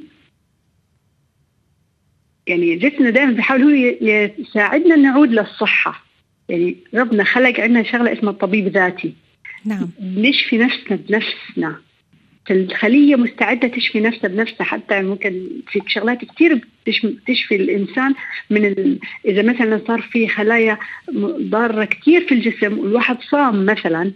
يعني جسمنا دائما بيحاول هو يساعدنا نعود للصحة. يعني ربنا خلق عندنا شغلة اسمها الطبيب ذاتي. نعم. نشفي نفسنا بنفسنا. الخلية مستعدة تشفي نفسها بنفسها. حتى ممكن في شغلات كتير تشفي الإنسان من ال... إذا مثلا صار في خلايا ضارة كتير في الجسم والواحد صام مثلا،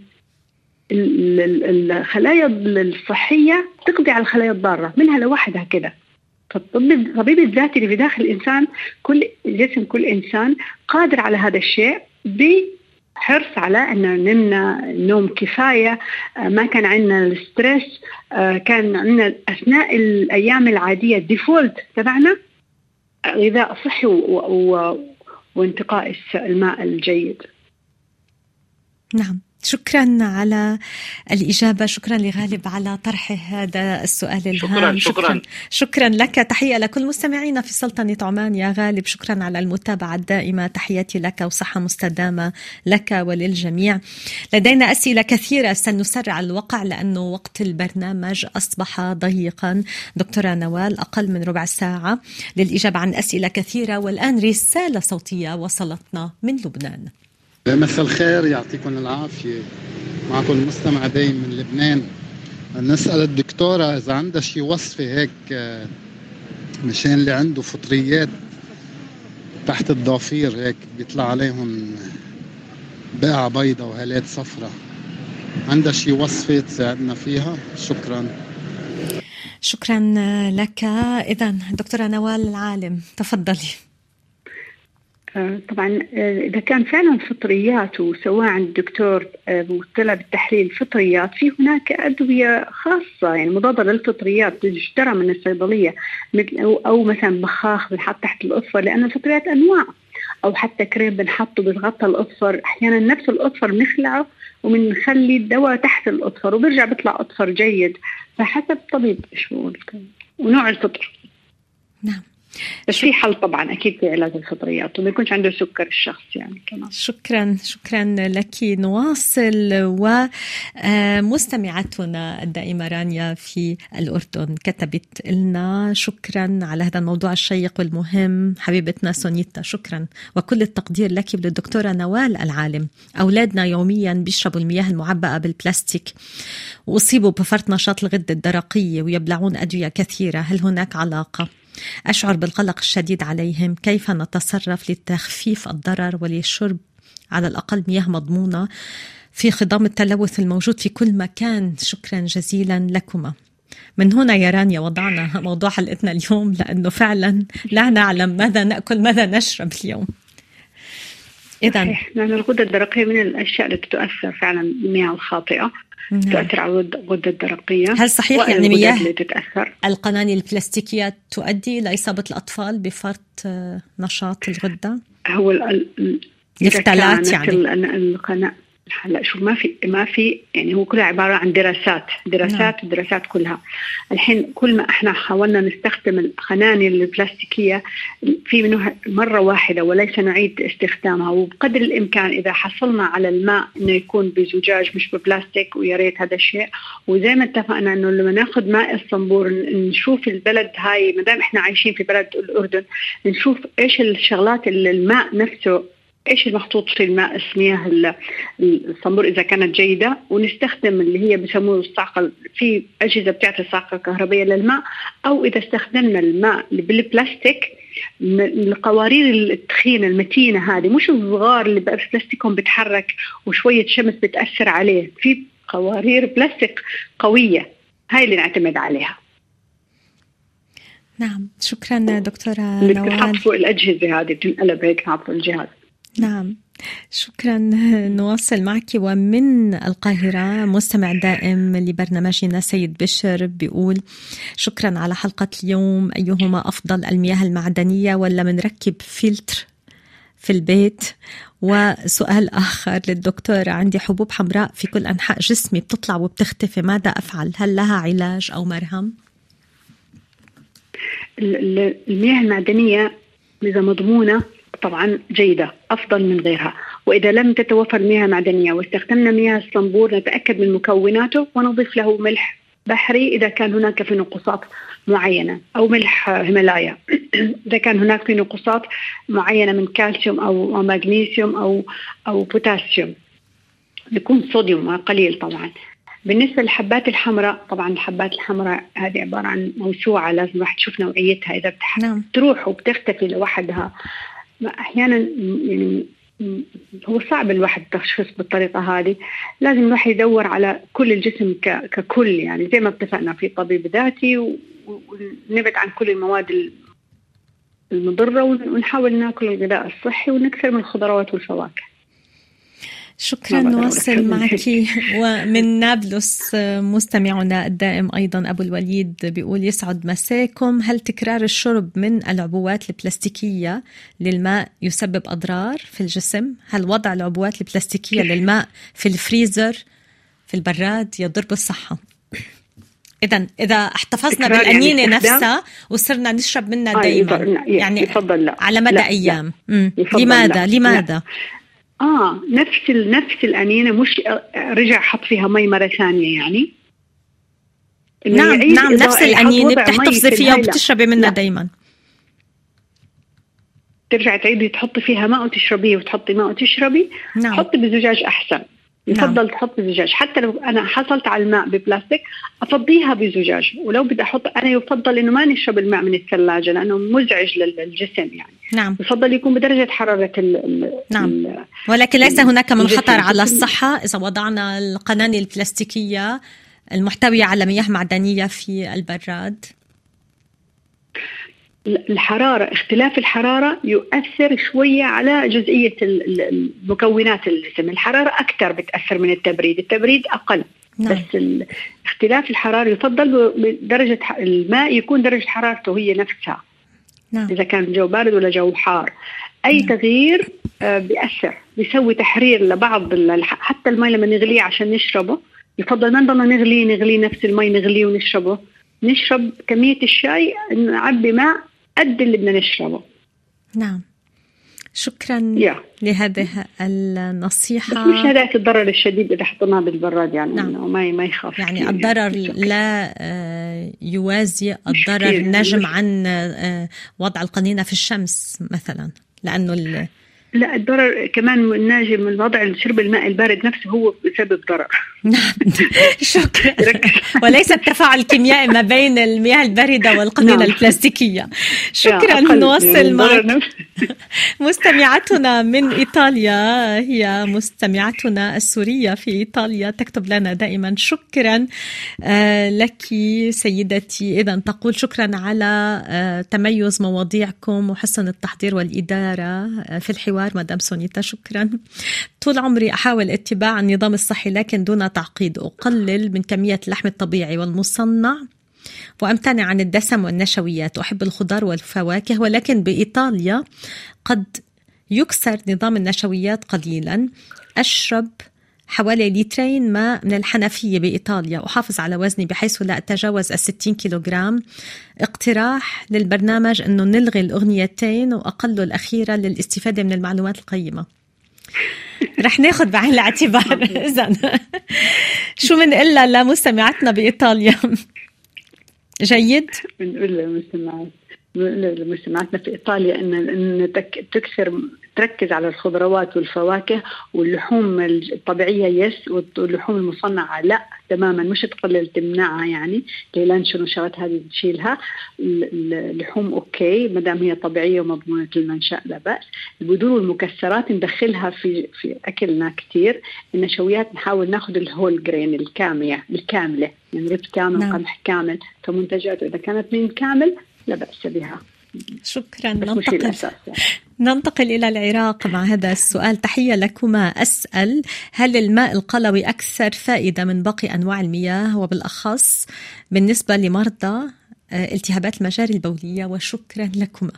الخلايا الصحية تقضي على الخلايا الضارة منها لوحدها كده. فالطبيب الذاتي اللي في داخل الإنسان، كل جسم كل إنسان قادر على هذا الشيء، بحرص على أن نمنا نوم كفاية، ما كان عندنا الستريس، كان عندنا أثناء الأيام العادية الديفولت تبعنا غذاء صحي وانتقاء الماء الجيد. نعم. شكرا على الإجابة. شكرا لغالب على طرح هذا السؤال الهام. شكرا, شكرا. شكرا لك. تحية لكل مستمعينا في سلطنة عمان يا غالب. شكرا على المتابعة الدائمة. تحياتي لك وصحة مستدامة لك وللجميع. لدينا أسئلة كثيرة، سنسرع الوقع لأنه وقت البرنامج أصبح ضيقا. دكتورة نوال، أقل من ربع ساعة للإجابة عن أسئلة كثيرة. والآن رسالة صوتية وصلتنا من لبنان. مساء الخير، يعطيكم العافية. معكم المستمع دايم من لبنان. نسأل الدكتورة إذا عندها شي وصفة هيك مشان اللي عنده فطريات تحت الضافير، هيك بيطلع عليهم بقع بيضة وهالات صفرة، عندها شي وصفة تساعدنا فيها؟ شكرا. شكرا لك. إذن دكتورة نوال العالم تفضلي. طبعا إذا كان فعلا فطريات وسواء عند الدكتور وطلع بالتحليل فطريات، في هناك أدوية خاصة يعني مضادة للفطريات تشترى من الصيدلية، مثل أو مثلا بخاخ بنحط تحت الأظفر، لأن الفطريات أنواع، أو حتى كريم بنحطه بتغطى الأظفر. أحيانا نفس الأظفر بنخلعه وبنخلي الدواء تحت الأظفر وبرجع بيطلع أظفر جيد، فحسب الطبيب شو ونوع الفطر. نعم. بس في حل طبعا أكيد في علاج الفطريات وما يكونش عنده سكر الشخص يعني كمان. شكرا شكرا لك. نواصل. ومستمعتنا الدائمة رانيا في الأردن كتبت لنا: شكرا على هذا الموضوع الشيق والمهم حبيبتنا سونيتا، شكرا وكل التقدير لك وللدكتورة نوال العالم. أولادنا يوميا بيشربوا المياه المعبأة بالبلاستيك وأصيبوا بفرط نشاط الغدة الدرقية ويبلعون أدوية كثيرة، هل هناك علاقة؟ أشعر بالقلق الشديد عليهم، كيف نتصرف لتخفيف الضرر وللشرب على الأقل مياه مضمونة في خضم التلوث الموجود في كل مكان؟ شكرا جزيلا لكما. من هنا يا رانيا وضعنا موضوع حلقتنا اليوم، لأنه فعلا لا نعلم ماذا نأكل ماذا نشرب اليوم. إذن لأن الغدة الدرقية من الأشياء التي تؤثر فعلا بالمياه الخاطئة، تؤثر على الغدة الدرقية. هل صحيح يعني مياه تتأثر؟ القناني البلاستيكية تؤدي إلى إصابة الأطفال بفرط نشاط الغدة؟ هو الفتلات يعني القناة. هلا شو ما في ما في يعني هو كلها عبارة عن دراسات دراسات نعم. الدراسات كلها الحين كل ما احنا حاولنا نستخدم القناني البلاستيكية في منها مرة واحدة وليس نعيد استخدامها، وبقدر الإمكان إذا حصلنا على الماء إنه يكون بزجاج مش ببلاستيك، ويا ريت هذا الشيء. وزي ما اتفقنا إنه لما ناخذ ماء الصنبور نشوف البلد هاي، ما دام احنا عايشين في بلد الأردن، نشوف إيش الشغلات اللي الماء نفسه إيش المحطوط في الماء المياه الصنبور إذا كانت جيدة، ونستخدم اللي هي بسموه الصعقة، في أجهزة بتعطي صعقة كهربية للماء، أو إذا استخدمنا الماء بالبلاستيك القوارير التخينة المتينة هذه، مش الصغار اللي بلاستيكهم بتحرك وشوية شمس بتأثر عليه، في قوارير بلاستيك قوية هاي اللي نعتمد عليها. نعم شكرا دكتورة اللي نوال. بتحط فوق الأجهزة هذه بتنقلب هيك فوق الجهاز. نعم شكرا. نواصل معك. ومن القاهرة مستمع دائم لبرنامجنا سيد بشر بيقول: شكرا على حلقة اليوم، أيهما أفضل المياه المعدنية ولا منركب فلتر في البيت؟ وسؤال آخر للدكتور: عندي حبوب حمراء في كل أنحاء جسمي بتطلع وبتختفي، ماذا أفعل؟ هل لها علاج أو مرهم؟ المياه المعدنية إذا مضمونة طبعا جيدة أفضل من غيرها، وإذا لم تتوفر المياه المعدنية واستخدمنا مياه الصنبور نتأكد من مكوناته ونضيف له ملح بحري إذا كان هناك في نقصات معينة، أو ملح هيمالايا إذا كان هناك في نقصات معينة من كالسيوم أو مغنيسيوم أو أو بوتاسيوم، يكون صوديوم قليل طبعا. بالنسبة للحبات الحمراء، طبعا الحبات الحمراء هذه عبارة عن موسوعة، لازم الواحد يشوف نوعيتها، إذا نعم. تروح وبتختفي لوحدها أحيانا يعني هو صعب الواحد تشخيص بالطريقة هذه، لازم الواحد يدور على كل الجسم ككل، يعني زي ما اتفقنا في طبيب ذاتي، ونبعد عن كل المواد المضرة ونحاول ناكل الغذاء الصحي ونكثر من الخضروات والفواكه. شكرا. نواصل معك. ومن نابلس مستمعنا الدائم أيضا أبو الوليد بيقول: يسعد مساكم، هل تكرار الشرب من العبوات البلاستيكية للماء يسبب أضرار في الجسم؟ هل وضع العبوات البلاستيكية للماء في الفريزر في البراد يضر بالصحة؟ إذن إذا احتفظنا بالأنينة يعني نفسها وصرنا نشرب منها دايما، يعني يفضل لا. على مدى لا. أيام لا. لماذا؟ لا. لماذا؟ لا. آه نفس نفس الأنينة مش رجع حط فيها مي مرة ثانية يعني. نعم نعم نفس الأنينة بتحتفظي فيها وبتشربي منها دايما. ترجع تعيدي تحطي فيها ماء وتشربيه وتحطي ماء وتشربي. نعم. حطي بزجاج أحسن، يفضل نعم. تحط بزجاج. حتى لو أنا حصلت على الماء ببلاستيك أفضيها بزجاج، ولو بدي أحط أنا يفضل إنه ما نشرب الماء من الثلاجة لأنه مزعج للجسم يعني. نعم. يفضل يكون بدرجة حرارة ال نعم ال ولكن ليس هناك من خطر على الصحة إذا وضعنا القناني البلاستيكية المحتوية على مياه معدنية في البراد. الحرارة، اختلاف الحرارة يؤثر شوية على جزئية المكونات الجسم. الحرارة أكثر بتأثر من التبريد، التبريد أقل. نعم. بس اختلاف الحرارة يفضل درجة الماء يكون درجة حرارته هي نفسها. نعم. إذا كان الجو بارد ولا جو حار أي نعم. تغيير بيأثر، بيسوي تحرير لبعض حتى الماء لما نغليه عشان نشربه يفضل ما نضلنا نغليه نغليه نفس الماء نغليه ونشربه. نشرب كمية الشاي نعبي ماء قد اللي بدنا نشربه. نعم. شكرا yeah. لهذه النصيحة. بس مش هذا الضرر الشديد إذا حطيناه بالبراد يعني. نعم. ما ما يخاف يعني الضرر لا يوازي الضرر الناجم عن وضع القنينة في الشمس مثلا، لأنه لا الضرر كمان الناجم من وضع شرب الماء البارد نفسه هو بسبب ضرر. نعم. شكرا. وليس التفاعل الكيميائي ما بين المياه الباردة والقنينة نعم. البلاستيكية. شكرا. نواصل مع مستمعتنا من إيطاليا، هي مستمعتنا السورية في إيطاليا، تكتب لنا دائما شكرا لك سيدتي. إذن تقول شكرا على تميز مواضيعكم وحسن التحضير والإدارة في الحوار مدام سونيتا. شكرا. طول عمري أحاول اتباع النظام الصحي لكن دون تعقيد، أقلل من كمية اللحم الطبيعي والمصنع وأمتنع عن الدسم والنشويات، أحب الخضار والفواكه، ولكن بإيطاليا قد يكسر نظام النشويات قليلا. أشرب حوالي لترين ماء من الحنفية بإيطاليا، أحافظ على وزني بحيث لا أتجاوز الستين كيلوغرام. اقتراح للبرنامج أنه نلغي الأغنيتين وأقل الأخيرة للاستفادة من المعلومات القيمة. رح ناخد بعين الاعتبار. إذن شو من إلا لمستمعاتنا بإيطاليا؟ جيد؟ بنقول للمستمعات لمستمعاتنا في إيطاليا إن إن تكثر تركز على الخضروات والفواكه واللحوم الطبيعية يس، واللحوم المصنعة لا تماما، مش تقلل تمنعها يعني اللانشون والشغلات هذه تشيلها. اللحوم أوكي مدام هي طبيعية ومضمونة المنشأ لا بأس. البذور والمكسرات ندخلها في في أكلنا كتير. النشويات نحاول ناخد الهول جرين الكاملة الكاملة يعني رز كامل نعم. قمح كامل، فمنتجات إذا كانت من كامل لا بأس بها. شكرا. ننتقل ننتقل إلى العراق مع هذا السؤال. تحية لكما. أسأل هل الماء القلوي أكثر فائدة من باقي أنواع المياه وبالأخص بالنسبة لمرضى التهابات المجاري البولية؟ وشكرا لكما.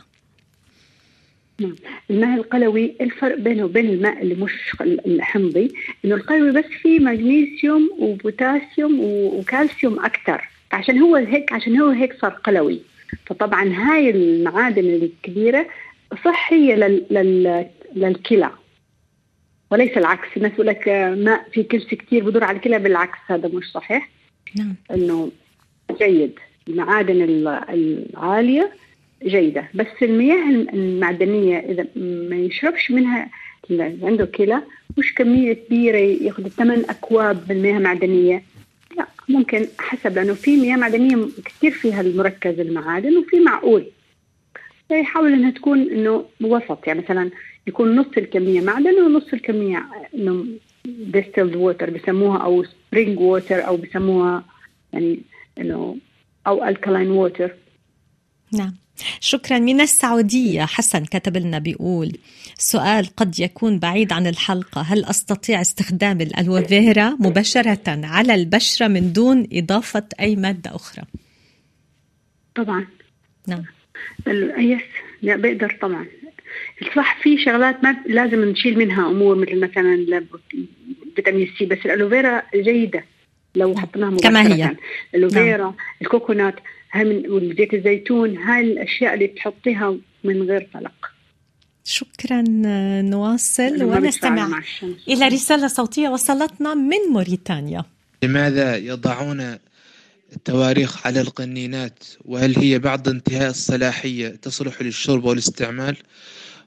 الماء القلوي الفرق بينه وبين الماء اللي مش الحمضي إنه القلوي بس فيه مغنيسيوم وبوتاسيوم وكالسيوم أكثر، عشان هو هيك عشان هو هيك صار قلوي. فطبعا هاي المعادن الكبيرة صحية لل... لل... للكلى وليس العكس. الناس يقول لك ماء في كلسي كتير بدور على الكلى، بالعكس هذا مش صحيح. نعم. إنه جيد المعادن العالية جيدة، بس المياه المعدنية إذا ما يشربش منها اللي عنده كلى مش كمية كبيرة ياخد ثمان أكواب من المياه المعدنية، لا ممكن حسب، لأنه في مياه معدنية كتير فيها المركز المعادن وفي معقول، يحاول أنها تكون إنه وسط، يعني مثلا يكون نص الكمية معدن ونص الكمية إنه distilled water بسموها أو spring water أو بسموها يعني إنه أو alkaline water. نعم. شكرا. من السعودية حسن كتب لنا بيقول سؤال قد يكون بعيد عن الحلقة، هل أستطيع استخدام الألوفيرا مباشرة على البشرة من دون إضافة أي مادة أخرى؟ طبعا. نعم. يس لا بقدر طبعا. صح في شغلات ما لازم نشيل منها أمور مثل مثلا فيتامين سي، بس الألوفيرا جيدة لو حطيناها مباشرة كما هي. الألوفيرا نعم. الكوكونات هاي من والزيت الزيتون، هاي الأشياء اللي تحطيها من غير قلق. شكرا. نواصل ونستمع إلى رسالة صوتية وصلتنا من موريتانيا. لماذا يضعون التواريخ على القنينات، وهل هي بعد انتهاء الصلاحية تصلح للشرب والاستعمال؟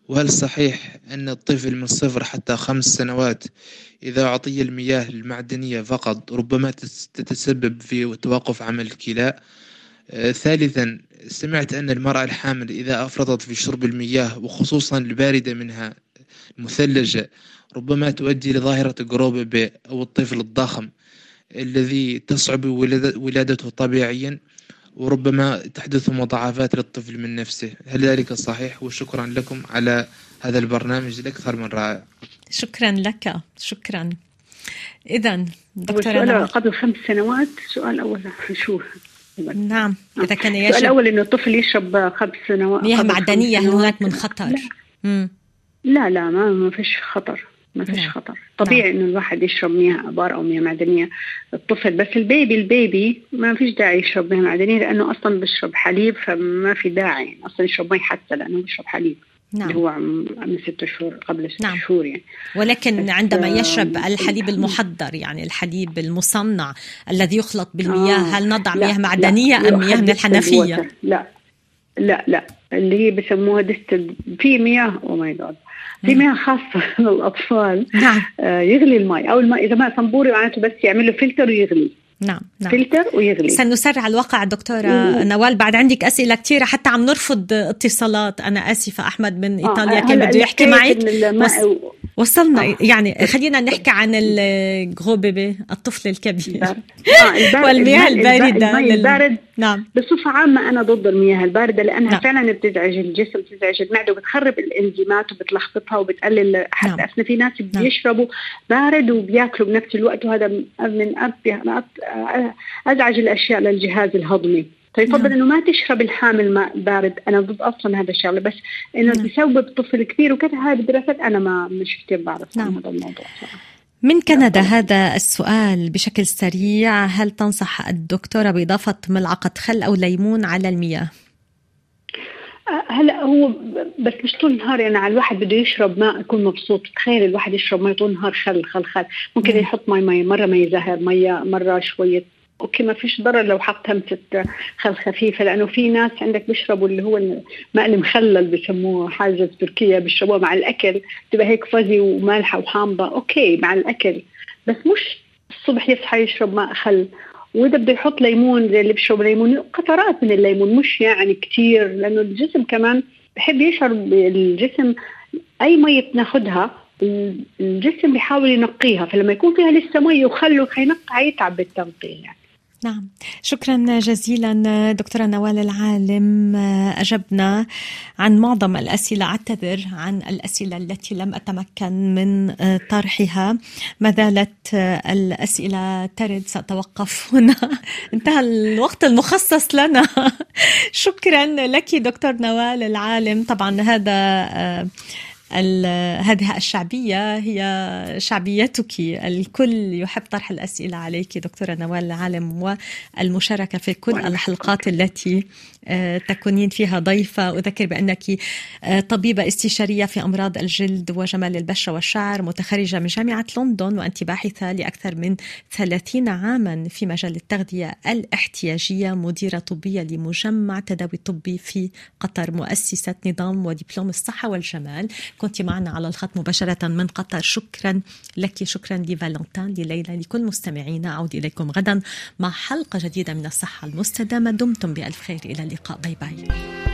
وهل صحيح أن الطفل من صفر حتى خمس سنوات إذا أعطي المياه المعدنية فقط ربما تتسبب في توقف عمل الكلى؟ آه، ثالثا، سمعت أن المرأة الحامل إذا أفرطت في شرب المياه وخصوصا الباردة منها المثلجة ربما تؤدي لظاهرة جروبة أو الطفل الضخم الذي تصعب ولادته طبيعيا، وربما تحدث مضاعفات للطفل من نفسه. هل ذلك صحيح؟ وشكرا لكم على هذا البرنامج الأكثر من رائع. شكرا لك. شكرا. إذن دكتورة، قبل خمس سنوات سؤال أول شو؟ نعم، إذا كان يشرب السؤال الأول إنه الطفل يشرب خمس سنوات مياه معدنية، هل هناك من خطر؟ لا لا, لا ما ما فيش خطر، ما فيش نعم. خطر طبيعي نعم. إنه الواحد يشرب مياه آبار أو مياه معدنية الطفل، بس البيبي البيبي ما فيش داعي يشرب مياه معدنية لأنه أصلا بيشرب حليب، فما في داعي أصلا يشرب مي حتى لأنه بيشرب حليب. نعم. اللي هو من ست شهور قبل ست نعم. شهور يعني. ولكن عندما يشرب الحليب المحضر يعني الحليب المصنع الذي يخلط بالمياه، آه. هل نضع مياه معدنية لا. أم مياه من الحنفية؟ لا لا لا اللي هي بسموها ديستل، في مياه أو ماي جاد في مياه خاصة للأطفال. نعم. آه يغلي الماء أو الماء إذا ما صنبوري معناته بس يعمل له فلتر ويغلي. نعم. نعم. فلتر ويغلي. سنسرع الواقع دكتورة مم. نوال، بعد عندك أسئلة كثيرة حتى عم نرفض اتصالات. أنا آسفة، أحمد من إيطاليا آه. كان بده يحكي معك. وص... وصلنا آه. يعني خلينا نحكي عن الجرو بيبي، الطفل الكبير. آه. والمياه الباردة لل... نعم. بصفة عامة أنا ضد المياه الباردة لأنها نعم. فعلا بتزعج الجسم، بتزعج المعدة وبتخرب الإنزيمات وبتلخبطها وبتقلل حتى نعم. في ناس بيشربوا بارد وبياكلوا بنفس الوقت، وهذا من أزعج الأشياء للجهاز الهضمي. فيفضل نعم. إنه ما تشرب الحامل ماء بارد. أنا ضد أصلا هذا الشغله، بس إنه نعم. بيسبب طفل كبير وكذا. هاي الدراسات أنا ما مش كتير بعرف نعم. عن هذا الموضوع صراحة. من كندا هذا السؤال بشكل سريع: هل تنصح الدكتورة بإضافة ملعقة خل أو ليمون على المياه؟ هلا هو بس مش طول النهار يعني، على الواحد بده يشرب ماء يكون مبسوط. تخيل الواحد يشرب ماء طول النهار خل خل خل ممكن مم. يحط مي مي مرة مي زهر مية مرة شوية اوكي، ما فيش ضرر لو حط همسة خل خفيفة، لأنه في ناس عندك بيشربوا اللي هو الماء المخلل بيسموه حاجة في تركيا، بيشربوه مع الأكل تبقى هيك فزي ومالحة وحامضة اوكي مع الأكل، بس مش الصبح يصحى يشرب ماء خل. وإذا بده يحط ليمون زي اللي بيشرب ليمون قطرات من الليمون، مش يعني كتير، لأنه الجسم كمان بحب يشرب. الجسم أي مية بناخدها الجسم بيحاول ينقيها، فلما يكون فيها لسه مية وخل حينقى هيتعب بالتنقية يعني. نعم، شكرا جزيلا دكتورة نوال العالم. أجبنا عن معظم الأسئلة، أعتذر عن الأسئلة التي لم أتمكن من طرحها، ما زالت الأسئلة ترد. سأتوقف هنا، انتهى الوقت المخصص لنا. شكرا لك دكتور نوال العالم. طبعا هذا هذه الشعبية هي شعبيتك، الكل يحب طرح الأسئلة عليك دكتورة نوال العالم والمشاركة في كل الحلقات التي تكونين فيها ضيفة. أذكر بأنك طبيبة استشارية في أمراض الجلد وجمال البشرة والشعر، متخرجة من جامعة لندن، وأنت باحثة لأكثر من ثلاثين عاما في مجال التغذية الاحتياجية، مديرة طبية لمجمع تداوي طبي في قطر، مؤسسة نظام ودبلوم الصحة والجمال. كنت معنا على الخط مباشرة من قطر. شكرا لك، شكرا لفالنتين، لليلى، لكل مستمعينا. أعود إليكم غدا مع حلقة جديدة من الصحة المستدامة. دمتم بألف خير، إلى اللقاء، باي باي.